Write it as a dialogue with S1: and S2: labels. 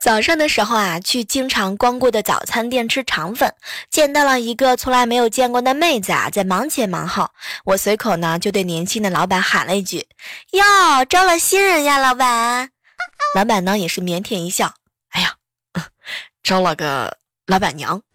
S1: 早上的时候啊，去经常光顾的早餐店吃肠粉，见到了一个从来没有见过的妹子啊，在忙前忙后。我随口呢就对年轻的老板喊了一句：“哟，招了新人呀，老板。”老板呢也是腼腆一笑：“哎呀，招了个老板娘。”